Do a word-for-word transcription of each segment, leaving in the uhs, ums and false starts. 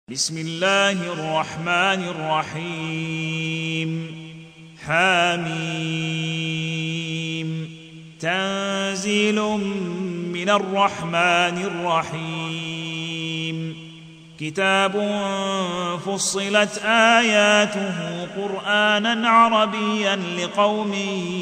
بسم الله الرحمن الرحيم حميم تنزيل من الرحمن الرحيم كتاب فصلت آياته قرآنا عربيا لقوم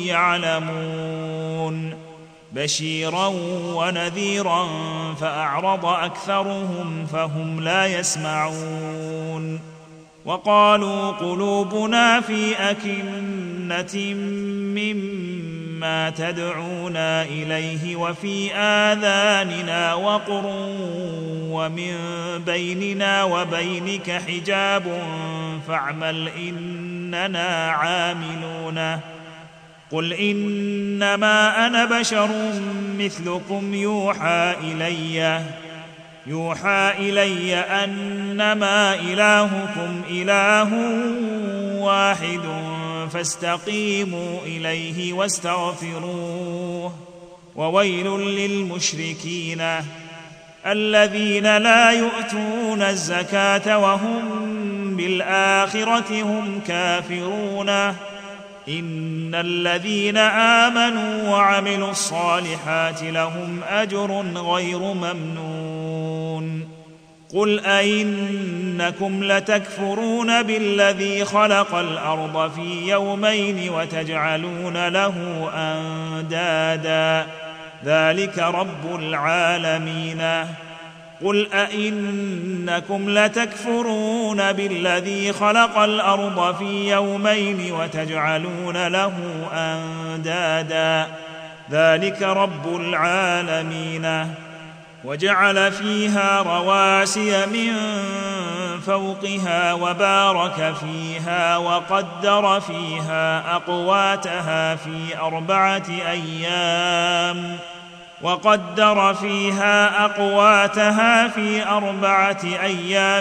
يعلمون بشيرا ونذيرا فأعرض أكثرهم فهم لا يسمعون وقالوا قلوبنا في أكنة مما تدعونا إليه وفي آذاننا وقر ومن بيننا وبينك حجاب فاعمل إننا عاملون قل إنما أنا بشر مثلكم يوحى إلي يوحى إلي أنما إلهكم إله واحد فاستقيموا إليه واستغفروه وويل للمشركين الذين لا يؤتون الزكاة وهم بالآخرة هم كافرون إن الذين آمنوا وعملوا الصالحات لهم أجر غير ممنون قل أئنكم لتكفرون بالذي خلق الأرض في يومين وتجعلون له أندادا ذلك رب العالمين قل أئنكم لتكفرون بالذي خلق الأرض في يومين وتجعلون له أندادا ذلك رب العالمين وجعل فيها رواسي من فوقها وبارك فيها وقدر فيها أقواتها في أربعة أيام وقدر فيها أقواتها في أربعة أيام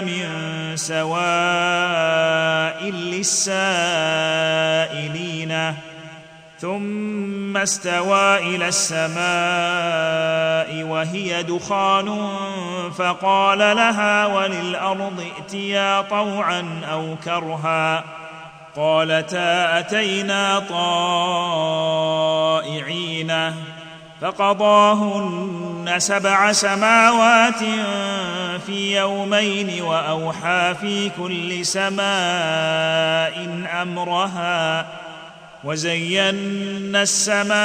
سواء للسائلين ثم استوى إلى السماء وهي دخان فقال لها وللأرض ائتيا طوعا أو كرها قالتا أتينا طائعين فقضاهن سبع سماوات في يومين وأوحى في كل سماء أمرها وزينا السماء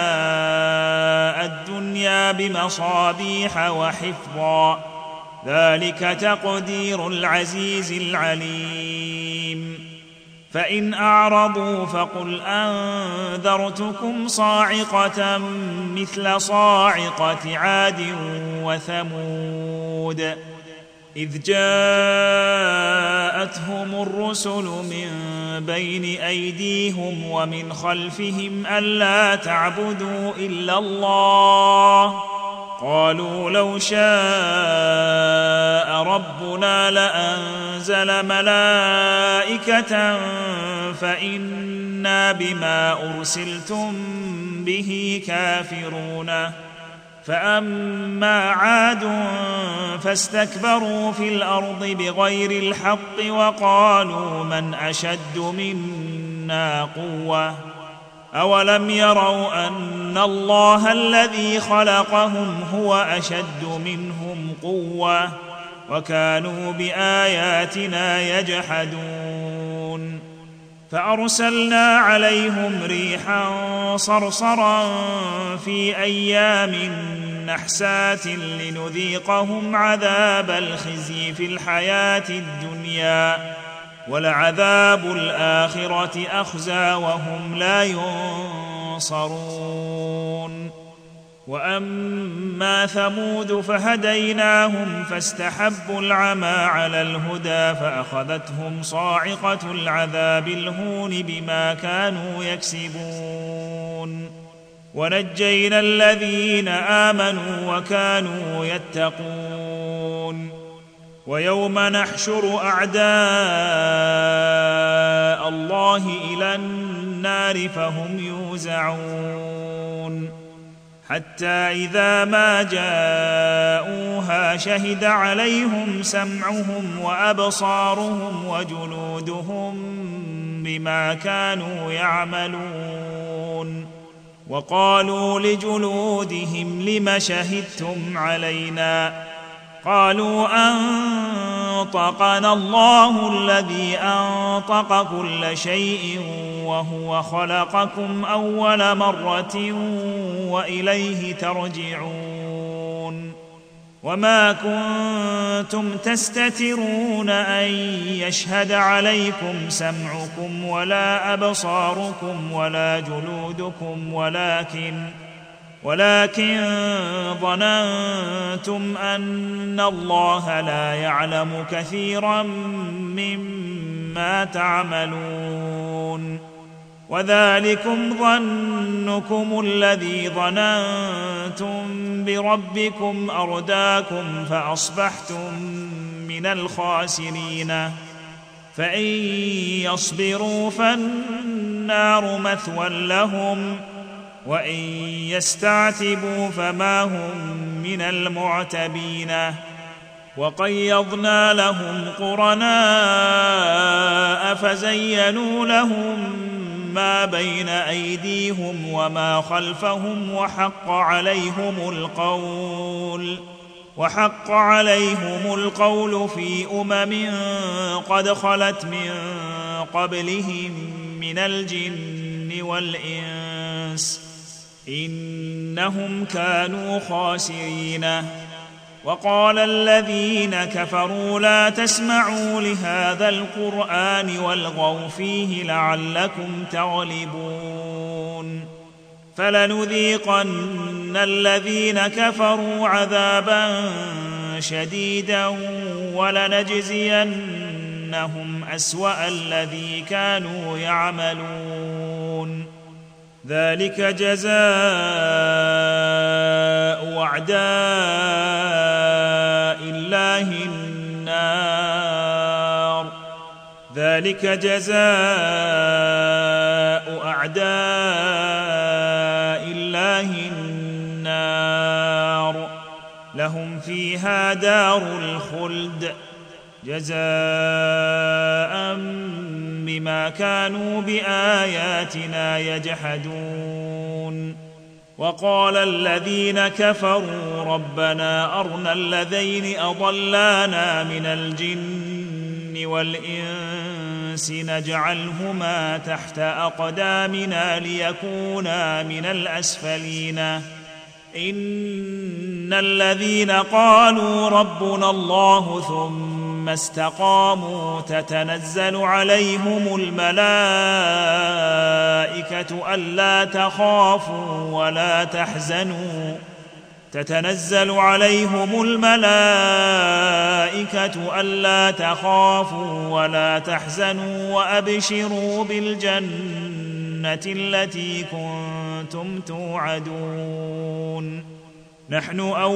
الدنيا بمصابيح وحفظا ذلك تقدير العزيز العليم فإن أعرضوا فقل أنذرتكم صاعقة مثل صاعقة عاد وثمود إذ جاءتهم الرسل من بين أيديهم ومن خلفهم ألا تعبدوا إلا الله قالوا لو شاء ربنا لأنزل ملائكة فإنا بما أرسلتم به كافرون فأما عاد فاستكبروا في الأرض بغير الحق وقالوا من أشد منا قوة أولم يروا أن الله الذي خلقهم هو أشد منهم قوة وكانوا بآياتنا يجحدون فأرسلنا عليهم ريحا صرصرا في أيام نحسات لنذيقهم عذاب الخزي في الحياة الدنيا ولعذاب الآخرة أخزى وهم لا ينصرون وأما ثمود فهديناهم فاستحبوا العمى على الهدى فأخذتهم صاعقة العذاب الهون بما كانوا يكسبون ونجينا الذين آمنوا وكانوا يتقون ويوم نحشر أعداء الله إلى النار فهم يوزعون حتى إذا ما جاءوها شهد عليهم سمعهم وأبصارهم وجلودهم بما كانوا يعملون. وقالوا لجلودهم لم شهدتم علينا؟ قالوا أنطقنا الله الذي أنطق كل شيء وهو خلقكم أول مرة وإليه ترجعون. وما كنتم تستترون أن يشهد عليكم سمعكم ولا أبصاركم ولا جلودكم ولكن ولكن ظننتم أن الله لا يعلم كثيرا مما تعملون. وذلكم ظنكم الذي ظننتم بربكم أرداكم فأصبحتم من الخاسرين. فإن يصبروا فالنار مثوى لهم وإن يستعتبوا فما هم من المعتبين. وقيضنا لهم قرناء فزينوا لهم ما بين أيديهم وما خلفهم وحق عليهم القول وحق عليهم القول في أمم قد خلت من قبلهم من الجن والإنس إنهم كانوا خاسرين. وقال الذين كفروا لا تسمعوا لهذا القرآن والغوا فيه لعلكم تغلبون. فلنذيقن الذين كفروا عذابا شديدا ولنجزينهم أسوأ الذي كانوا يعملون. ذلك جزاء أعداء الله النار ذلك جزاء أعداء الله النار لهم فيها دار الخلد جزاء بما كانوا بآياتنا يجحدون. وقال الذين كفروا ربنا أرنا الذين أضلانا من الجن والإنس نجعلهما تحت أقدامنا ليكونا من الأسفلين. إن الذين قالوا ربنا الله ثم استقاموا تتنزل عليهم الملائكة ألا تخافوا ولا تحزنوا تتنزل عليهم الملائكة ألا تخافوا ولا تحزنوا وأبشروا بالجنة التي كنتم توعدون. نحن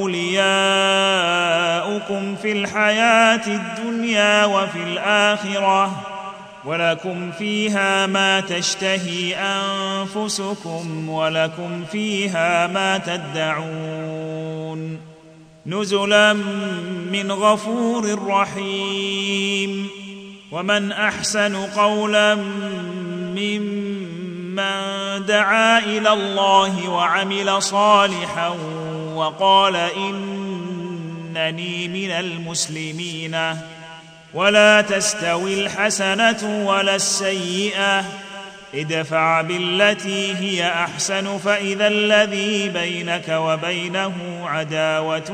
أولياؤكم في الحياة الدنيا وفي الآخرة ولكم فيها ما تشتهي أنفسكم ولكم فيها ما تدعون. نزلا من غفور رحيم. ومن أحسن قولا ممن دعا إلى الله وعمل صالحا وقال إنني من المسلمين. ولا تستوي الحسنة ولا السيئة ادفع بالتي هي أحسن فإذا الذي بينك وبينه عداوة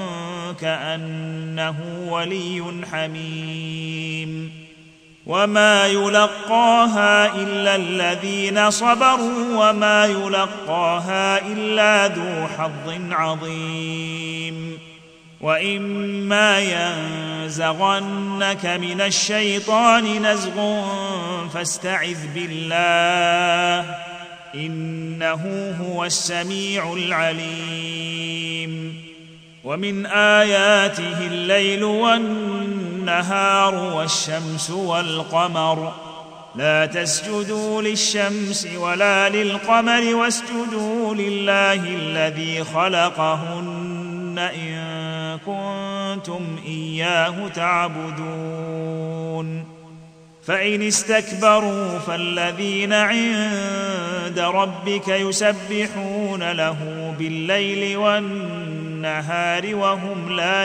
كأنه ولي حميم. وما يلقاها إلا الذين صبروا وما يلقاها إلا ذو حظ عظيم. وإما ينزغنك من الشيطان نزغ فاستعذ بالله إنه هو السميع العليم. ومن آياته الليل والنهار والشمس والقمر لا تسجدوا للشمس ولا للقمر واسجدوا لله الذي خلقهن إن كنتم إياه تعبدون فإن استكبروا فالذين عند ربك يسبحون له بالليل والنهار وهم لا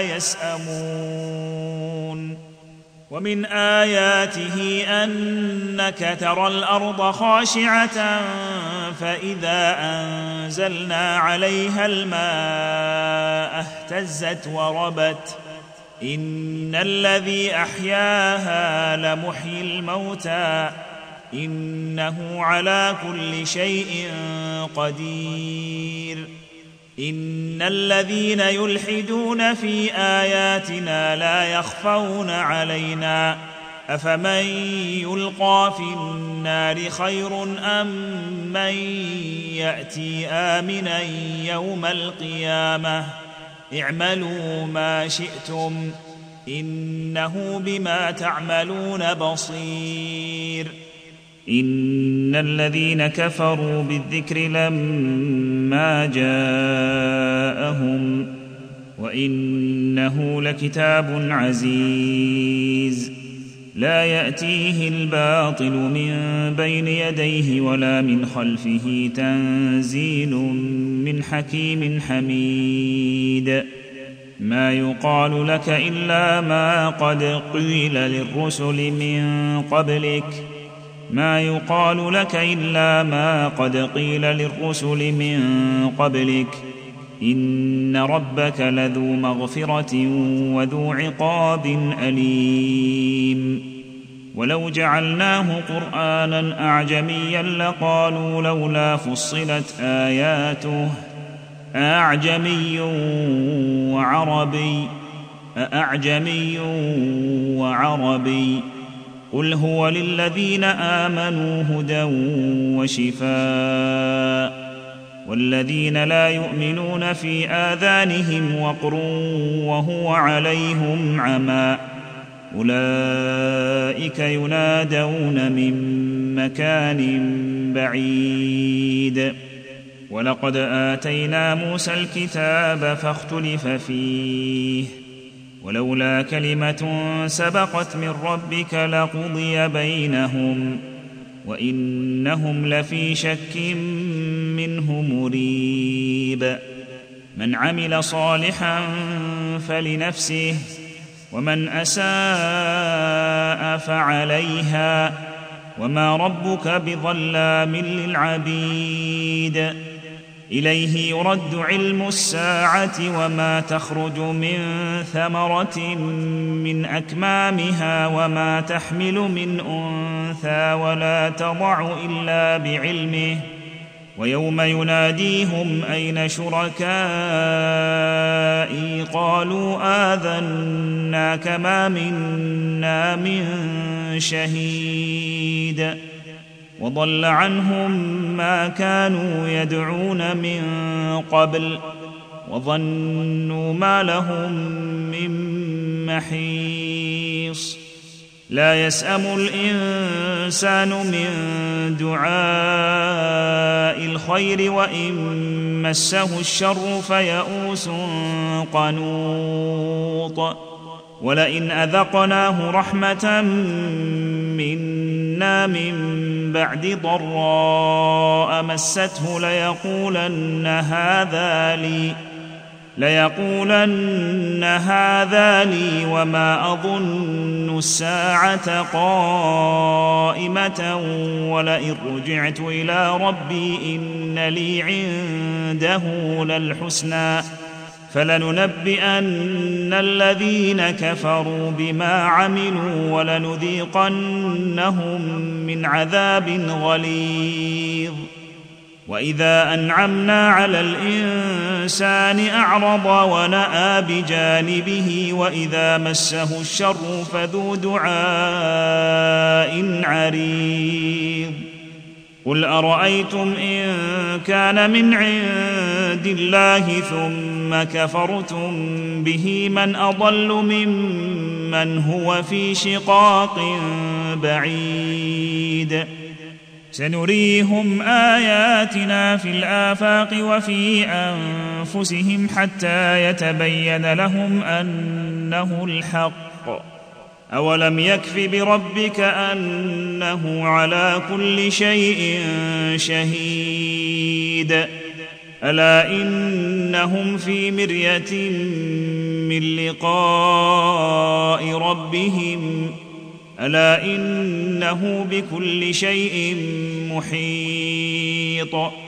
يسأمون ومن آياته أنك ترى الأرض خاشعة فإذا أنزلنا عليها الماء اهتزت وربت إن الذي أحياها لمحيي الموتى إنه على كل شيء قدير إن الذين يلحدون في آياتنا لا يخفون علينا أفمن يلقى في النار خير أم من يأتي آمنا يوم القيامة اعملوا ما شئتم إنه بما تعملون بصير إن الذين كفروا بالذكر لما جاءهم وإنه لكتاب عزيز لا يأتيه الباطل من بين يديه ولا من خلفه تنزيل من حكيم حميد ما يقال لك إلا ما قد قيل للرسل من قبلك ما يقال لك إلا ما قد قيل للرسل من قبلك إن ربك لذو مغفرة وذو عقاب أليم ولو جعلناه قرآنا أعجميا لقالوا لولا فصلت آياته أعجمي وعربي أعجمي وعربي قل هو للذين آمنوا هدى وشفاء والذين لا يؤمنون في آذانهم وقر وهو عليهم عمى أولئك ينادون من مكان بعيد ولقد آتينا موسى الكتاب فاختلف فيه ولولا كلمة سبقت من ربك لقضي بينهم وإنهم لفي شك منه مريب من عمل صالحا فلنفسه ومن أساء فعليها وما ربك بظلام للعبيد إليه يرد علم الساعة وما تخرج من ثمرة من أكمامها وما تحمل من أنثى ولا تضع إلا بعلمه ويوم يناديهم أين شركائي قالوا آذناك ما منا من شهيد وضل عنهم ما كانوا يدعون من قبل وظنوا ما لهم من محيص لا يسأم الإنسان من دعاء الخير وإن مسه الشر فيئوس قنوط ولئن أذقناه رحمة منا من بعد ضراء مسته ليقولن هذا لي ليقولن هذا لي وما أظن الساعة قائمة ولئن رجعت إلى ربي إن لي عنده للحسنى فلننبئن الذين كفروا بما عملوا ولنذيقنهم من عذاب غليظ وإذا أنعمنا على الإنسان أعرض ونأى بجانبه وإذا مسه الشر فذو دعاء عريض قل أرأيتم إن كان من عند الله ثم ثم كفرتم به من اضل ممن هو في شقاق بعيد سنريهم اياتنا في الافاق وفي انفسهم حتى يتبين لهم انه الحق اولم يكف بربك انه على كل شيء شهيد الا انهم في مرية من لقاء ربهم الا انه بكل شيء محيط